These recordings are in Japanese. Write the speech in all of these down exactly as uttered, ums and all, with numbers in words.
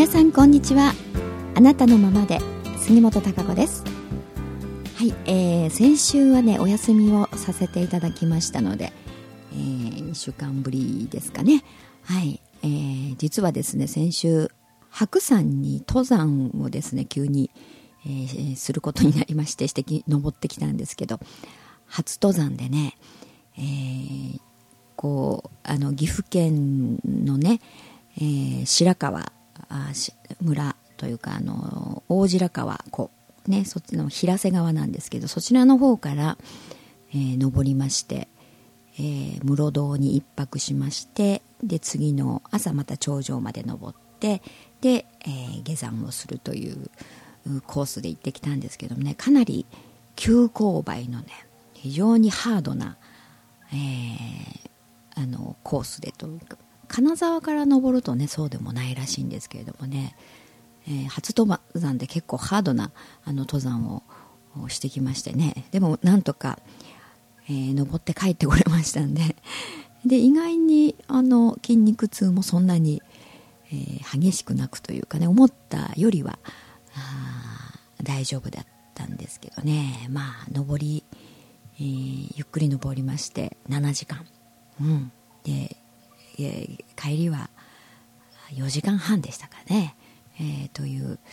皆さんこんにちは。あなたのままで杉本孝子です。はい、えー、先週はねお休みをさせていただきましたので、えー、にしゅうかんぶりですかね。はい、えー、実はですね先週白山に登山をですね急に、えー、することになりまして、して登ってきたんですけど、初登山でね、えー、こうあの岐阜県のね、えー、白川あ村というかあの大白川湖ね、そっちの平瀬川なんですけど、そちらの方から、えー、登りまして、えー、室堂に一泊しまして、で次の朝また頂上まで登ってで、えー、下山をするというコースで行ってきたんですけどもね、かなり急勾配のね非常にハードな、えー、あのコースでというか、金沢から登るとねそうでもないらしいんですけれどもね、えー、初登山で結構ハードなあの登山をしてきましてね、でもなんとか、えー、登って帰ってこれましたんで、で意外にあの筋肉痛もそんなに、えー、激しくなくというかね、思ったよりはあ大丈夫だったんですけどね、まあ登り、えー、ゆっくり登りましてななじかん、うん、で、えー、帰りはよじかんはんでしたかね、えー、という、う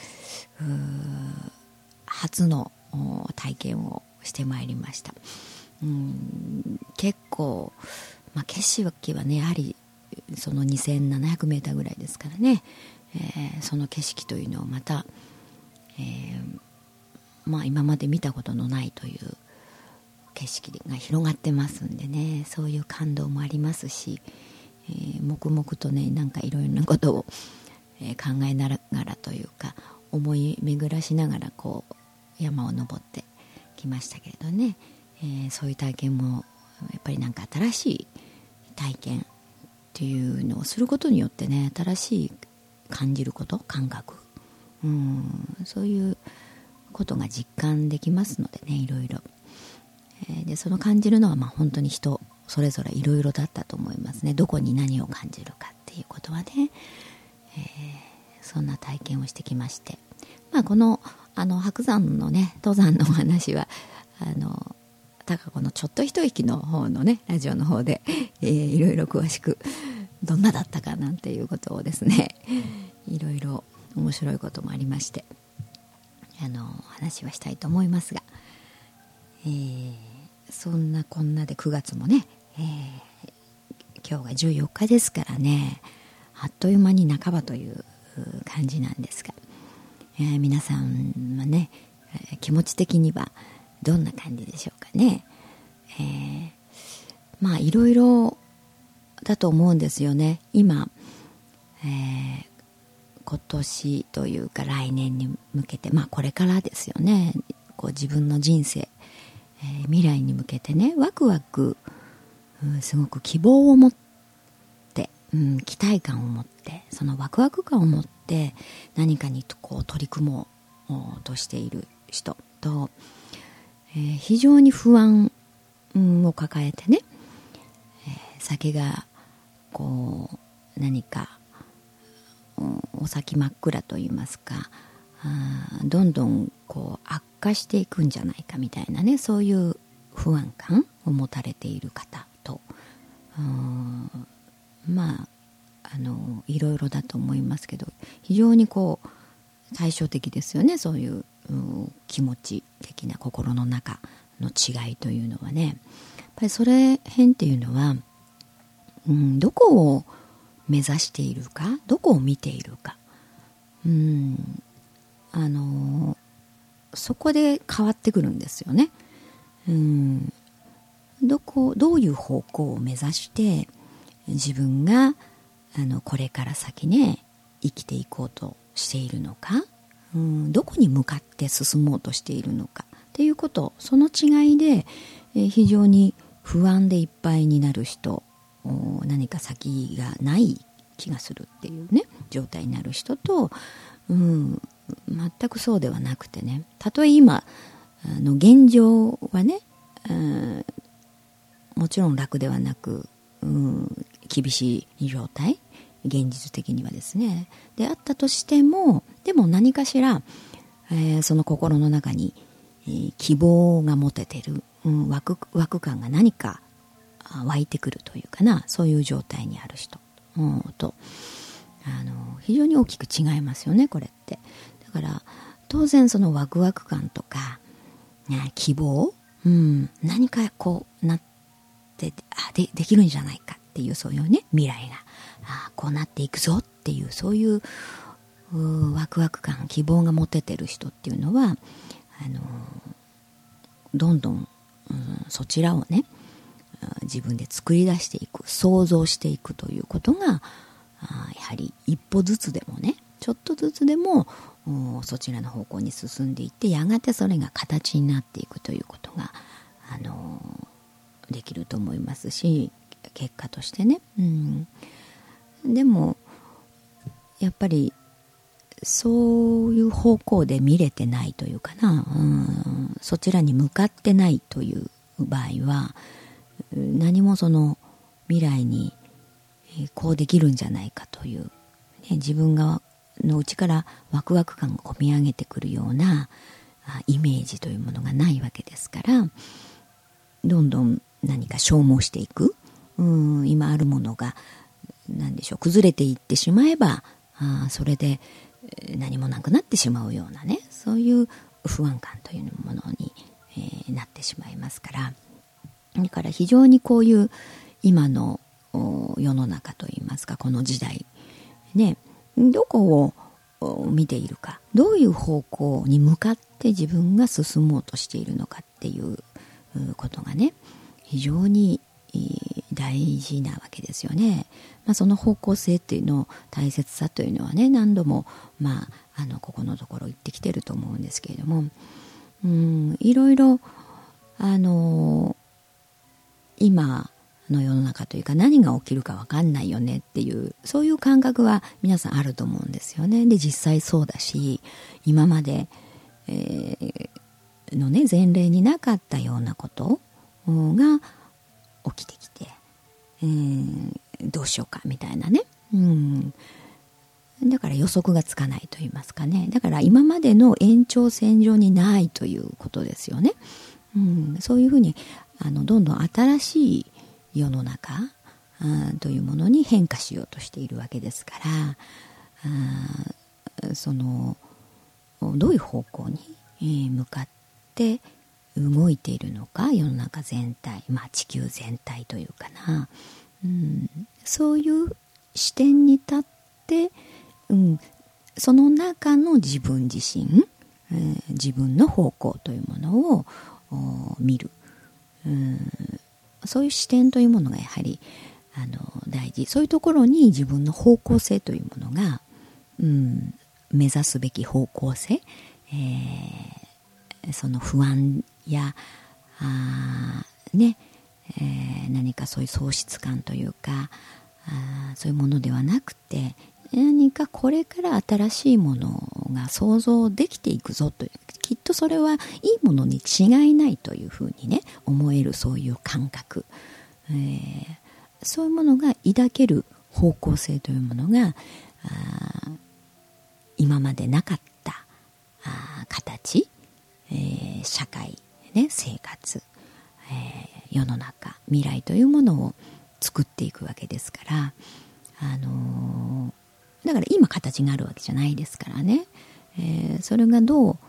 初の体験をしてまいりました。うん、結構、まあ、景色はねやはりそのにせんななひゃくメーターぐらいですからね、えー、その景色というのをまた、えーまあ、今まで見たことのないという景色が広がってますんでね、そういう感動もありますし、えー、黙々とねなんかいろいろなことを、えー、考えながらというか思い巡らしながらこう山を登ってきましたけれどね、えー、そういう体験もやっぱりなんか新しい体験っていうのをすることによってね、新しい感じること感覚、うん、そういうことが実感できますのでね、いろいろ、えー、でその感じるのはまあ本当に人それぞれいろいろだったと思いますね。どこに何を感じるかっていうことはね、えー、そんな体験をしてきまして、まあ、このあの白山のね登山のお話はあの高子のちょっと一息の方のねラジオの方で、えー、いろいろ詳しくどんなだったかなんていうことをですね、いろいろ面白いこともありましてあの話はしたいと思いますが、えー、そんなこんなでくがつもね、えー、今日がじゅうよっかですからね、あっという間に半ばという感じなんですが、えー、皆さんはね、えー、気持ち的にはどんな感じでしょうかね。えー、まあいろいろだと思うんですよね。今、えー、今年というか来年に向けて、まあこれからですよね。こう自分の人生、えー、未来に向けてねワクワク、うん、すごく希望を持って、うん、期待感を持って、そのワクワク感を持って何かにこう取り組もうとしている人と、えー、非常に不安、うん、を抱えてね、えー、先がこう何か、うん、お先真っ暗といいますか、あどんどんこう悪化していくんじゃないかみたいなね、そういう不安感を持たれている方と、うん、まああのいろいろだと思いますけど、非常にこう対照的ですよね、そういう、うん、気持ち的な心の中の違いというのはね。やっぱりそれ辺っていうのは、うん、どこを目指しているか、どこを見ているか、うん、あのそこで変わってくるんですよね。うん、どこどういう方向を目指して自分があのこれから先ね生きていこうとしているのか、うん、どこに向かって進もうとしているのかっていうこと、その違いで、えー、非常に不安でいっぱいになる人、何か先がない気がするっていうね状態になる人と、うん、全くそうではなくてね、たとえ今あの現状はね、うん、もちろん楽ではなく、うん、厳しい状態現実的にはですね。であったとしても、でも何かしら、えー、その心の中に、えー、希望が持ててる、うん、ワクワク感が何か湧いてくるというかな、そういう状態にある人、うん、とあの非常に大きく違いますよね、これって。だから当然そのワクワク感とか、ね、希望、うん、何かこうなってあ で, できるんじゃないかっていう、そういうね、未来があこうなっていくぞっていう、そういう、うワクワク感、希望が持ててる人っていうのは、あのどんどん、うん、そちらをね自分で作り出していく、想像していくということが、あやはり一歩ずつでもね、ちょっとずつでもそちらの方向に進んでいって、やがてそれが形になっていくということが、あのできると思いますし、結果としてね、うん、でもやっぱりそういう方向で見れてないというかな、うん、そちらに向かってないという場合は、何もその未来にこうできるんじゃないかという、ね、自分がの内からワクワク感がこみ上げてくるようなイメージというものがないわけですから、どんどん何か消耗していく、うん、今あるものが何でしょう、崩れていってしまえば、あそれで何もなくなってしまうようなね、そういう不安感というものに、えー、なってしまいますから、だから非常にこういう今の世の中といいますか、この時代ね、どこを見ているか、どういう方向に向かって自分が進もうとしているのかっていうことがね、非常に大事なわけですよね。まあ、その方向性っていうの大切さというのはね、何度も、まあ、あのここのところ言ってきてると思うんですけれども、うん、いろいろあの今の世の中というか、何が起きるか分かんないよねっていう、そういう感覚は皆さんあると思うんですよね。で実際そうだし、今まで、えー、のね前例になかったようなことが起きてきて、えー、どうしようかみたいなね、うん、だから予測がつかないと言いますかね。だから今までの延長線上にないということですよね。うん、そういうふうにあのどんどん新しい世の中あというものに変化しようとしているわけですから、あそのどういう方向に、えー、向かって動いているのか、世の中全体、まあ、地球全体というかな、うん、そういう視点に立って、うん、その中の自分自身、えー、自分の方向というものを見る、うん、そういう視点というものがやはりあの大事。そういうところに自分の方向性というものが、うん、目指すべき方向性、えー、その不安やあ、ねえー、何かそういう喪失感というか、あそういうものではなくて、何かこれから新しいものが想像できていくぞという、きっとそれはいいものに違いないというふうにね思える、そういう感覚、えー、そういうものが抱ける方向性というものが、あ今までなかったあ形、えー、社会、ね、生活、えー、世の中、未来というものを作っていくわけですから、あのーだから今形があるわけじゃないですからね、えー、それがどう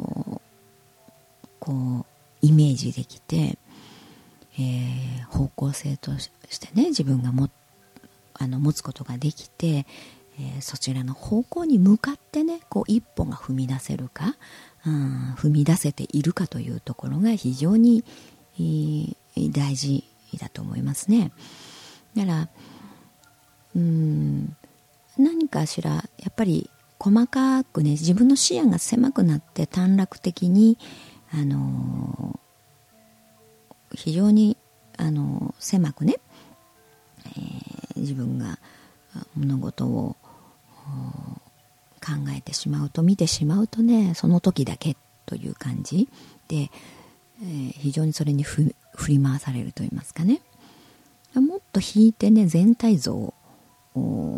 こうイメージできて、えー、方向性としてね自分がもあの持つことができて、えー、そちらの方向に向かってねこう一歩が踏み出せるか、うん、踏み出せているかというところが非常に、えー、大事だと思いますね。だからうーん何かしらやっぱり細かくね自分の視野が狭くなって短絡的に、あのー、非常に、あのー、狭くね、えー、自分が物事を考えてしまうと見てしまうとねその時だけという感じで、えー、非常にそれにふ振り回されると言いますかね。もっと引いてね全体像を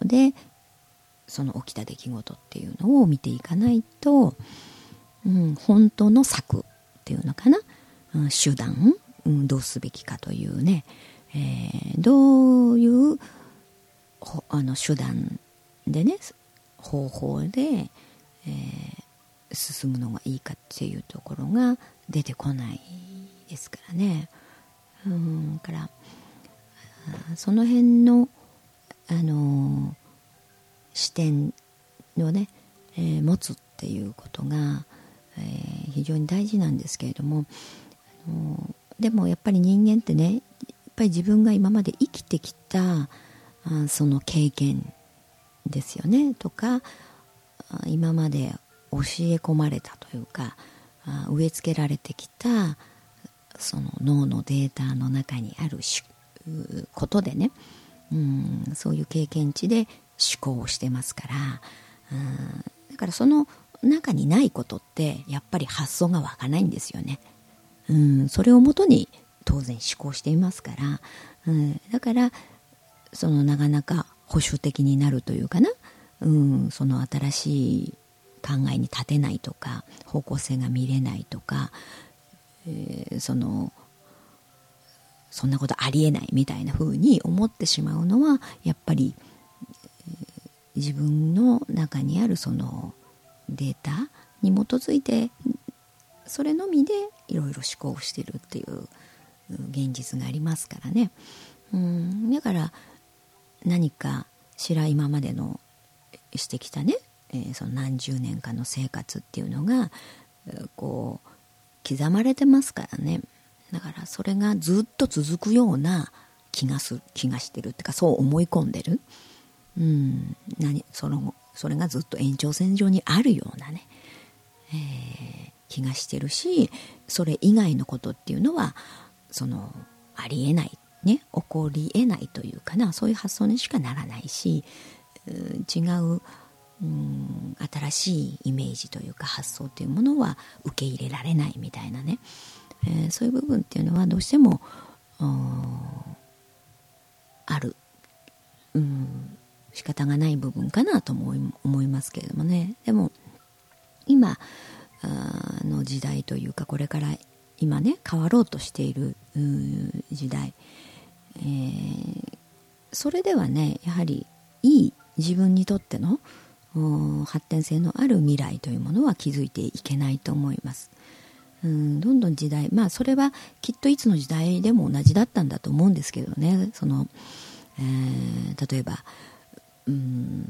でその起きた出来事っていうのを見ていかないと、うん、本当の策っていうのかな、うん、手段、うん、どうすべきかというね、えー、どういうあの手段でね、方法で、えー、進むのがいいかっていうところが出てこないですからね。うん、からその辺の、あのー、視点をね、えー、持つっていうことが、えー、非常に大事なんですけれども、あのー、でもやっぱり人間ってね、やっぱり自分が今まで生きてきたあその経験ですよねとか、今まで教え込まれたというか植え付けられてきたその脳のデータの中にあることでね、うん、そういう経験値で思考をしてますから、うん、だからその中にないことってやっぱり発想が湧かないんですよね、うん、それをもとに当然思考していますから、うん、だからそのなかなか保守的になるというかな、うん、その新しい考えに立てないとか方向性が見れないとか、えー、そのそんなことありえないみたいな風に思ってしまうのはやっぱり、えー、自分の中にあるそのデータに基づいてそれのみでいろいろ思考してるっていう現実がありますからね、うん、だから何かしら今までのしてきたね、えー、その何十年かの生活っていうのがこう刻まれてますからね。だからそれがずっと続くような気がする気がしてるっていうか、そう思い込んでる、うん、何そのそれがずっと延長線上にあるようなね、えー、気がしてるし、それ以外のことっていうのはそのありえないね、起こりえないというかな、そういう発想にしかならないし、違う、うん、新しいイメージというか発想というものは受け入れられないみたいなね、えー、そういう部分っていうのはどうしてもある、うん、仕方がない部分かなと思い、思いますけれどもね。でも今の時代というか、これから今ね変わろうとしている時代、えー、それではねやはりいい自分にとっての発展性のある未来というものは築いていけないと思います。うん、どんどん時代、まあそれはきっといつの時代でも同じだったんだと思うんですけどね、その、えー、例えば、うん、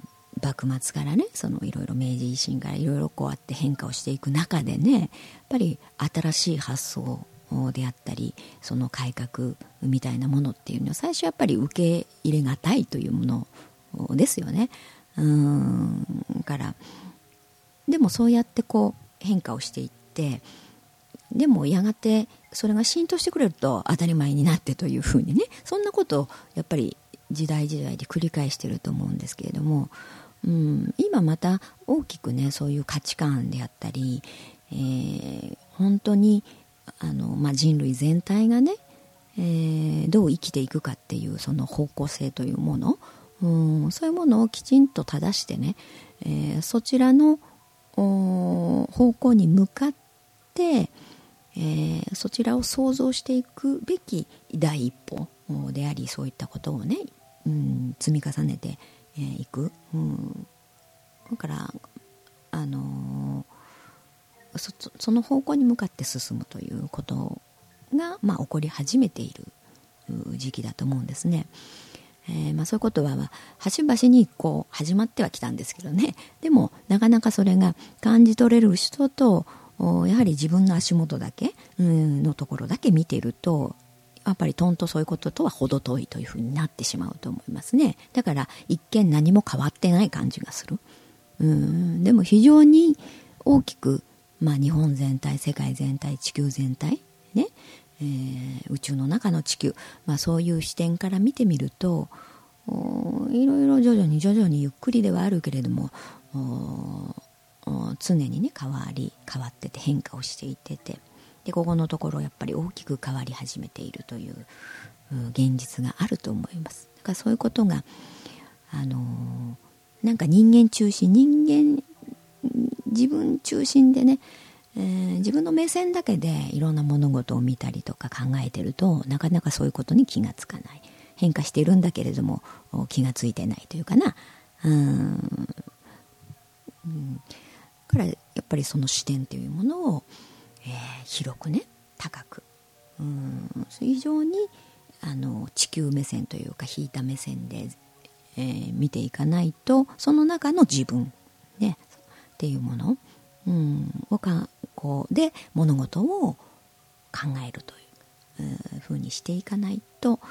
幕末からね、そのいろいろ明治維新からいろいろこうあって変化をしていく中でね、やっぱり新しい発想であったり、その改革みたいなものっていうのは最初やっぱり受け入れがたいというものですよね。うーんからでもそうやってこう変化をしていって、でもやがてそれが浸透してくれると当たり前になってというふうにね、そんなことをやっぱり時代時代で繰り返してると思うんですけれども、うん、今また大きくねそういう価値観であったり、えー、本当にあの、まあ、人類全体がね、えー、どう生きていくかっていうその方向性というもの、うん、そういうものをきちんと正してね、えー、そちらの方向に向かって、えー、そちらを想像していくべき第一歩であり、そういったことをね、うん、積み重ねていく、うん、だからあのー、そ, その方向に向かって進むということが、まあ、起こり始めている時期だと思うんですね。えーまあ、そういうことは、まあ、端々にこう始まってはきたんですけどね。でもなかなかそれが感じ取れる人と、やはり自分の足元だけ、うん、のところだけ見ていると、やっぱりとんとそういうこととは程遠いというふうになってしまうと思いますね。だから一見何も変わってない感じがする。うん、でも非常に大きく、まあ、日本全体、世界全体、地球全体ね、えー、宇宙の中の地球、まあ、そういう視点から見てみると、いろいろ徐々に徐々にゆっくりではあるけれども、常にね変わり変わってて変化をしていってて、でここのところやっぱり大きく変わり始めているという現実があると思います。だからそういうことが、あのなんか人間中心、人間自分中心でね、えー、自分の目線だけでいろんな物事を見たりとか考えてると、なかなかそういうことに気がつかない。変化しているんだけれども気がついてないというかな。うーん、うん、だからやっぱりその視点というものを、えー、広くね、高く、うん、非常にあの地球目線というか引いた目線で、えー、見ていかないと、その中の自分、ね、っていうもの、うん、をかこうで物事を考えるという、うふうにしていかないと、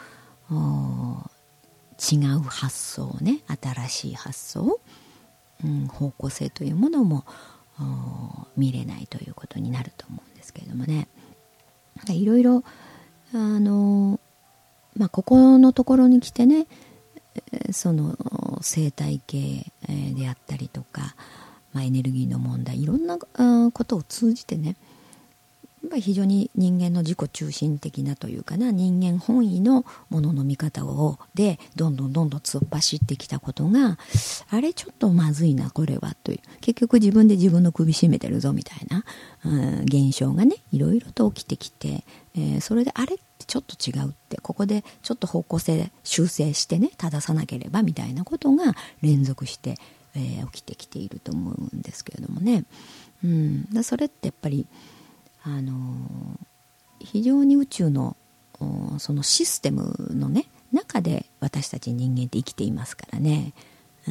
違う発想ね、新しい発想、うん、方向性というものも見れないということになると思うんですけれどもね。いろいろあの、まあ、ここのところに来てね、その生態系であったりとか、まあ、エネルギーの問題、いろんなことを通じてね、やっぱり非常に人間の自己中心的なというかな、人間本位のものの見方をでどんどんどんどん突っ走ってきたことが、あれちょっとまずいなこれはという、結局自分で自分の首絞めてるぞみたいな、うん、現象がねいろいろと起きてきて、えー、それであれってちょっと違うって、ここでちょっと方向性修正してね正さなければみたいなことが連続して、えー、起きてきていると思うんですけれどもね、うん、だそれってやっぱりあの非常に宇宙のそのシステムのね中で私たち人間って生きていますからね、うん、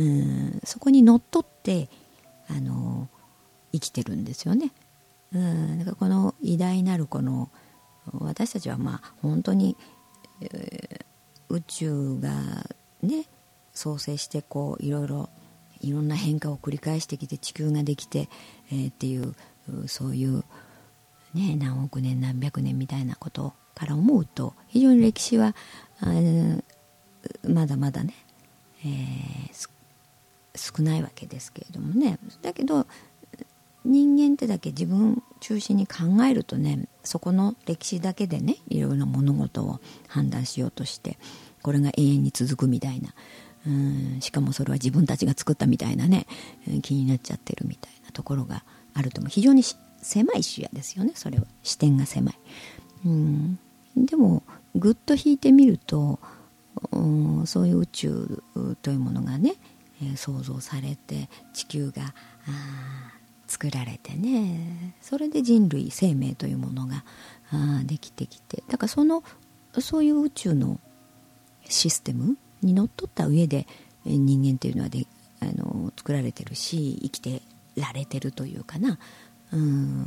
そこにのっとってあの生きてるんですよね。うん、だからこの偉大なるこの私たちはまあ本当に、えー、宇宙がね創生してこういろいろいろんな変化を繰り返してきて地球ができて、えー、っていうそういうね、何億年何百年みたいなことから思うと非常に歴史はまだまだね、えー、少ないわけですけれどもね。だけど人間ってだけ自分中心に考えるとね、そこの歴史だけでねいろいろな物事を判断しようとして、これが永遠に続くみたいな、うん、しかもそれは自分たちが作ったみたいなね気になっちゃってるみたいなところがあるとも、非常に狭い視野ですよね。それは視点が狭い、うん、でもぐっと引いてみると、うん、そういう宇宙というものがね、えー、創造されて地球があ作られてね、それで人類生命というものがあできてきて、だからそのそういう宇宙のシステムにのっとった上で人間っていうのはであの作られてるし生きてられてるというかな、うん、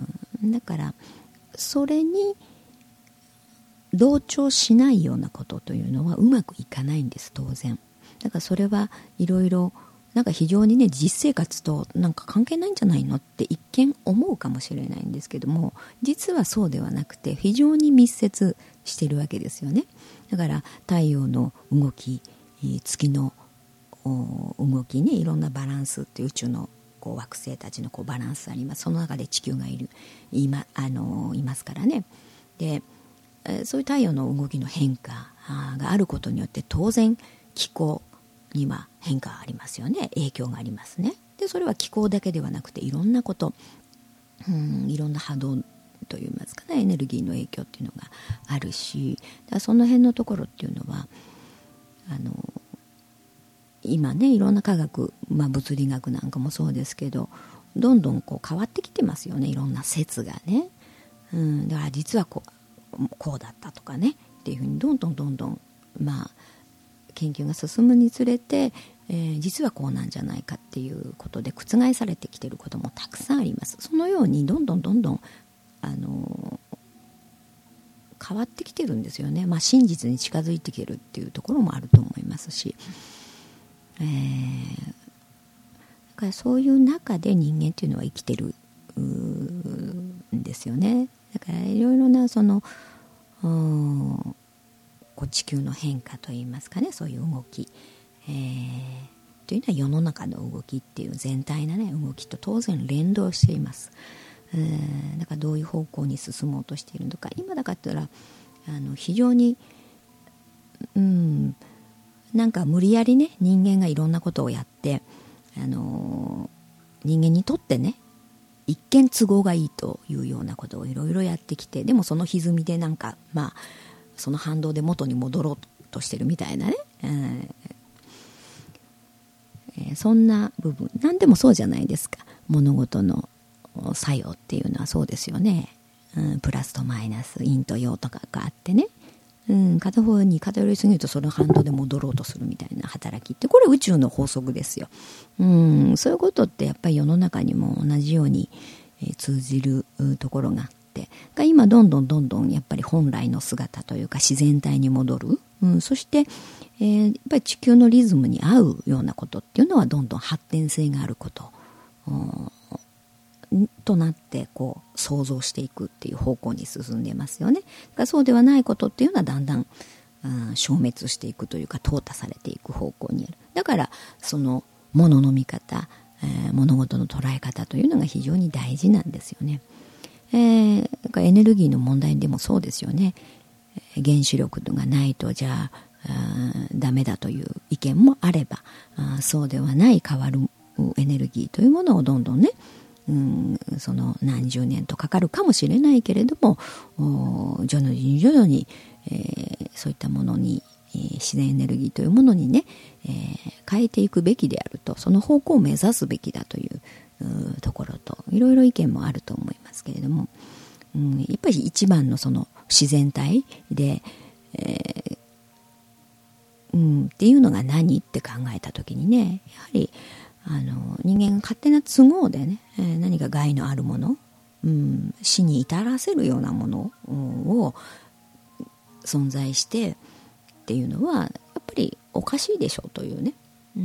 だからそれに同調しないようなことというのはうまくいかないんです、当然。だからそれはいろいろなんか非常にね実生活となんか関係ないんじゃないのって一見思うかもしれないんですけども、実はそうではなくて非常に密接しているわけですよね。だから太陽の動き、月の動きね、いろんなバランスって宇宙のこう惑星たちのこうバランスあります。その中で地球がいる今あのいますからね。でそういう太陽の動きの変化があることによって当然気候には変化がありますよね。影響がありますね。でそれは気候だけではなくていろんなこと、うん、いろんな波動といいますかね、エネルギーの影響っていうのがあるし、だからその辺のところっていうのはあの今ねいろんな科学、まあ、物理学なんかもそうですけどどんどんこう変わってきてますよね、いろんな説がね、うん、だから実はこう、こうだったとかねっていうふうにどんどんどんどんまあ研究が進むにつれて、えー、実はこうなんじゃないかっていうことで覆されてきていることもたくさんあります。そのようにどんどんどんどん、あのー、変わってきてるんですよね。まあ、真実に近づいてきてるっていうところもあると思いますし、えー、だからそういう中で人間っていうのは生きてるんですよね。だからいろいろなそのこう地球の変化といいますかね、そういう動き、えー、というのは世の中の動きっていう全体な、ね、動きと当然連動しています。えー、だからどういう方向に進もうとしているのか、今だから言ったらあの非常に、うん、なんか無理やりね人間がいろんなことをやって、 あの人間にとってね一見都合がいいというようなことをいろいろやってきて、でもその歪みでなんかまあその反動で元に戻ろうとしてるみたいなね、えーえー、そんな部分、何でもそうじゃないですか。物事の作用っていうのはそうですよね、うん、プラスとマイナス、陰と陽とかがあってね、うん、片方に偏りすぎるとその反動で戻ろうとするみたいな働きって、これ宇宙の法則ですよ。うん、そういうことってやっぱり世の中にも同じように、えー、通じるところがあって、が今どんどんどんどんやっぱり本来の姿というか自然体に戻る、うん、そして、えー、やっぱり地球のリズムに合うようなことっていうのはどんどん発展性があることとなってこう想像していくっていう方向に進んでいますよね。だからそうではないことっていうのはだんだん、うん、消滅していくというか淘汰されていく方向にある。だからその物の見方、えー、物事の捉え方というのが非常に大事なんですよね。えー、だからエネルギーの問題でもそうですよね。原子力がないとじゃあ、あダメだという意見もあれば、あそうではない変わるエネルギーというものをどんどんね、うん、その何十年とかかるかもしれないけれども徐々に徐々に、えー、そういったものに、えー、自然エネルギーというものにね、えー、変えていくべきであると、その方向を目指すべきだというところといろいろ意見もあると思いますけれども、うん、やっぱり一番のその自然体で、えーうん、っていうのが何って考えた時にね、やはりあの人間が勝手な都合でね、えー、何か害のあるもの、うん、死に至らせるようなものを存在してっていうのはやっぱりおかしいでしょうというね、うん、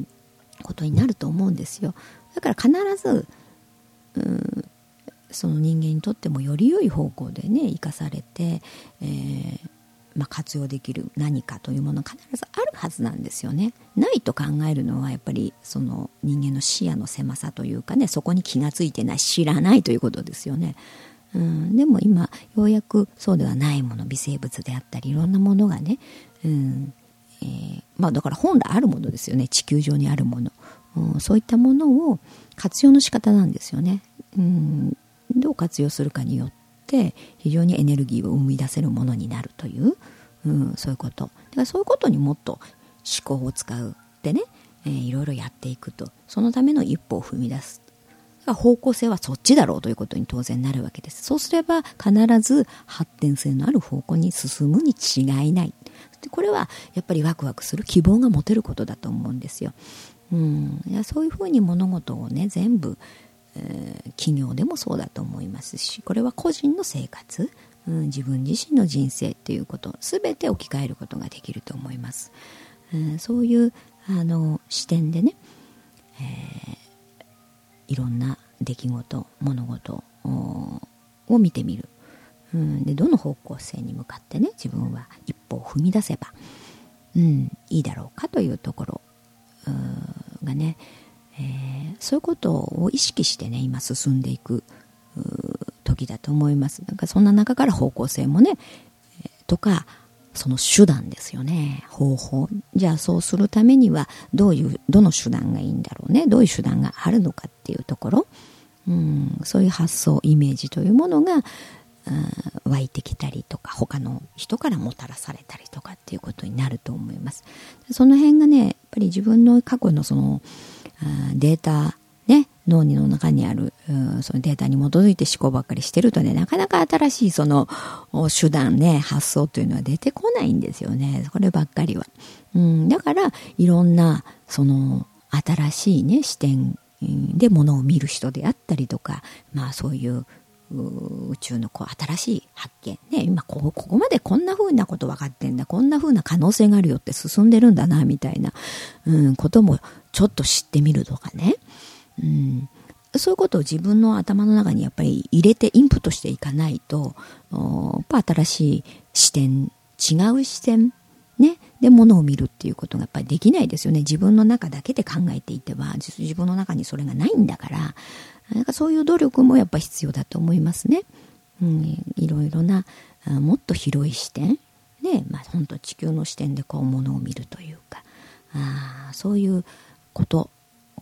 ことになると思うんですよ。だから必ず、うん、その人間にとってもより良い方向でね生かされて、えーまあ、活用できる何かというものが必ずあるはずなんですよね。ないと考えるのはやっぱりその人間の視野の狭さというかね、そこに気がついてない、知らないということですよね。うん、でも今ようやくそうではないもの、微生物であったりいろんなものがね、うんえーまあ、だから本来あるものですよね、地球上にあるもの、うん、そういったものを活用の仕方なんですよね。うん、どう活用するかによって非常にエネルギーを生み出せるものになるという、うん、そういうこと。だからそういうことにもっと思考を使うってね、えー、いろいろやっていくと、そのための一歩を踏み出す。だから方向性はそっちだろうということに当然なるわけです。そうすれば必ず発展性のある方向に進むに違いない。でこれはやっぱりワクワクする希望が持てることだと思うんですよ。うん、いやそういうふうに物事をね全部、えー、企業でもそうだと思いますし、これは個人の生活、うん、自分自身の人生っていうこと全て置き換えることができると思います。うん、そういうあの視点でね、えーいろんな出来事、物事を見てみる、うん、でどの方向性に向かってね自分は一歩を踏み出せば、うん、いいだろうかというところがね、えー、そういうことを意識してね今進んでいく時だと思います。なんかそんな中から方向性もね、えー、とかその手段ですよね、方法。じゃあそうするためにはどういうどの手段がいいんだろうね、どういう手段があるのかっていうところ、うん、そういう発想イメージというものが、うん、湧いてきたりとか他の人からもたらされたりとかっていうことになると思います。その辺がねやっぱり自分の過去のそのデータね、脳の中にある、うん、そのデータに基づいて思考ばっかりしてるとね、なかなか新しいその手段ね、発想というのは出てこないんですよね。こればっかりは。うん、だからいろんなその新しいね視点でものを見る人であったりとか、まあそういう宇宙のこう新しい発見ね、今ここ、ここまでこんな風なこと分かってんだ、こんな風な可能性があるよって進んでるんだなみたいな、うん、こともちょっと知ってみるとかね。うん、そういうことを自分の頭の中にやっぱり入れてインプットしていかないと、やっぱ新しい視点、違う視点、ね、で物を見るっていうことがやっぱりできないですよね。自分の中だけで考えていては自分の中にそれがないんだから、なんかそういう努力もやっぱり必要だと思いますね。うん、いろいろなもっと広い視点で、まあ、本当地球の視点でこう物を見るというか、あそういうこと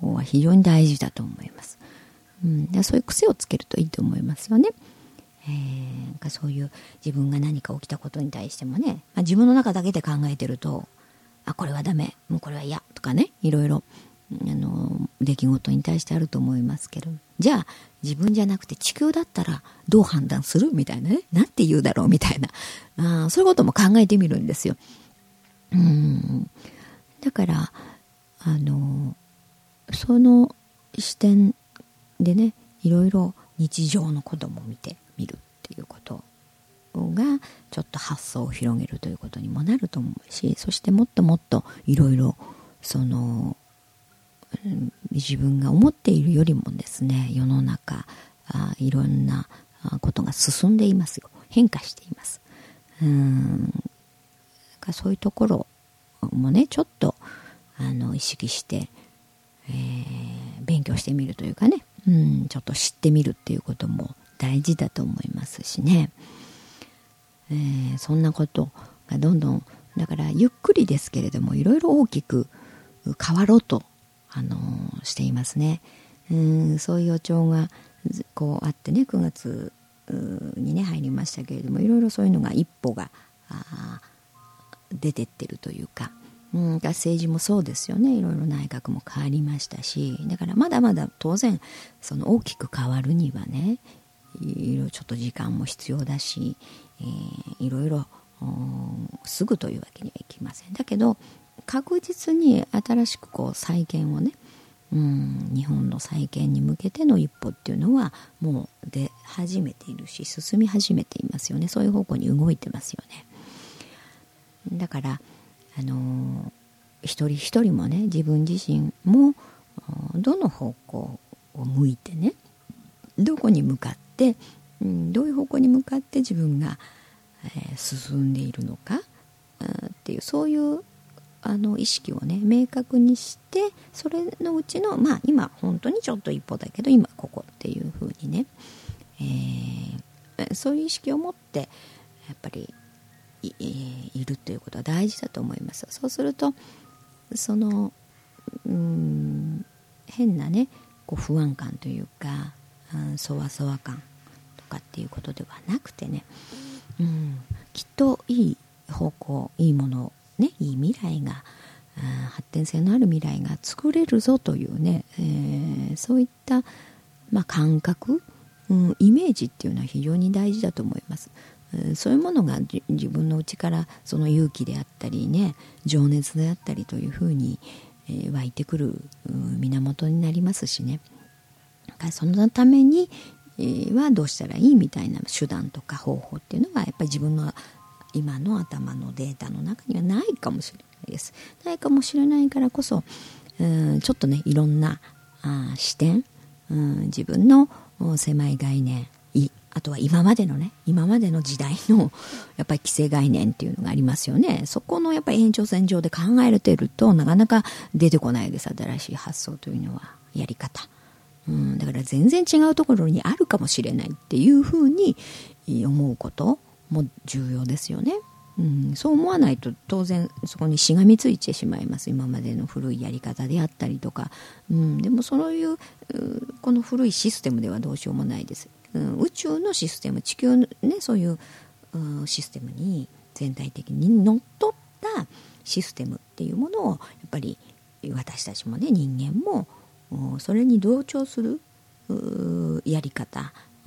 方は非常に大事だと思います。うん、でそういう癖をつけるといいと思いますよね。えー、そういう自分が何か起きたことに対してもね、まあ、自分の中だけで考えてると、あこれはダメ、もうこれは嫌とかね、いろいろあの出来事に対してあると思いますけど、じゃあ自分じゃなくて地球だったらどう判断するみたいなね、なんて言うだろうみたいな、あそういうことも考えてみるんですよ。うんだからあのその視点でね、いろいろ日常のことも見てみるっていうことがちょっと発想を広げるということにもなると思うし、そしてもっともっといろいろその、うん、自分が思っているよりもですね、世の中あいろんなことが進んでいますよ。変化しています。うんかそういうところもね、ちょっとあの意識して、えー、勉強してみるというかね、うん、ちょっと知ってみるっていうことも大事だと思いますしね、えー、そんなことがどんどんだからゆっくりですけれどもいろいろ大きく変わろうと、あのー、していますね。うんそういう予兆がこうあってね、くがつにね入りましたけれども、いろいろそういうのが一歩があ出てってるというか、うん、政治もそうですよね。いろいろ内閣も変わりましたし、だからまだまだ当然その大きく変わるにはね、いろいろちょっと時間も必要だし、えー、いろいろすぐというわけにはいきません。だけど確実に新しくこう再建をね、うん、日本の再建に向けての一歩っていうのはもう出始めているし、進み始めていますよね。そういう方向に動いてますよね。だからあのー、一人一人もね、自分自身もどの方向を向いてね、どこに向かって、うん、どういう方向に向かって自分が、えー、進んでいるのか、うん、っていうそういうあの意識をね明確にして、それのうちのまあ今本当にちょっと一歩だけど今ここっていう風にね、えー、そういう意識を持ってやっぱりい, いるということは大事だと思います。そうするとそのうーん変なねこう不安感というか、うん、そわそわ感とかっていうことではなくてね、うん、きっといい方向、いいもの、ね、いい未来が、発展性のある未来が作れるぞというね、えー、そういった、まあ、感覚、うん、イメージっていうのは非常に大事だと思います。そういうものが自分の内からその勇気であったりね、情熱であったりというふうに、えー、湧いてくる源になりますしね。だからそのために、えー、はどうしたらいいみたいな手段とか方法っていうのはやっぱり自分の今の頭のデータの中にはないかもしれないです。ないかもしれないからこそ、うん、ちょっとねいろんなあ視点、うん、自分の狭い概念、いあとは今までのね今までの時代のやっぱり既成概念っていうのがありますよね。そこのやっぱり延長線上で考えてるとなかなか出てこないです。新しい発想というのはやり方、うん、だから全然違うところにあるかもしれないっていうふうに思うことも重要ですよね。うん、そう思わないと当然そこにしがみついてしまいます。今までの古いやり方であったりとか、うん、でもそういうこの古いシステムではどうしようもないです。うん、宇宙のシステム、地球のねそういう、うん、システムに全体的にのっとったシステムっていうものをやっぱり私たちもね人間もそれに同調するやり方、うん、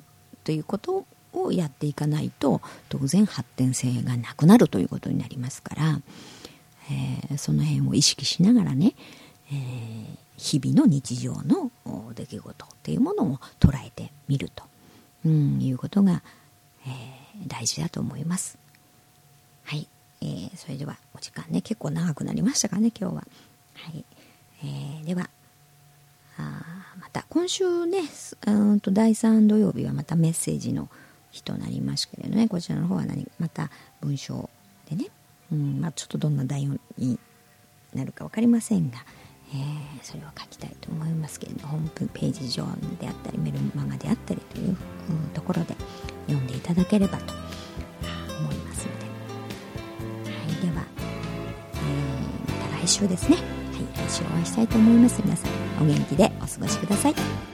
ということをやっていかないと当然発展性がなくなるということになりますから、えー、その辺を意識しながらね、えー、日々の日常の出来事っていうものを捉えてみると、うん、いうことが、えー、大事だと思います。はい、えー、それではお時間ね結構長くなりましたかね今日は。はい、えー、ではあまた今週ねうんとだいさん土曜日はまたメッセージの日となりますけれどね、こちらの方は何また文章でね、うんまあ、ちょっとどんな内容になるか分かりませんが、えー、それを書きたいと思いますけれど、ホームページ上であったりメルマガであったりという、うん、ところで読んでいただければと思いますので、はい、では、えー、また来週ですね。はい。 来週お会いしたいと思います。皆さんお元気でお過ごしください。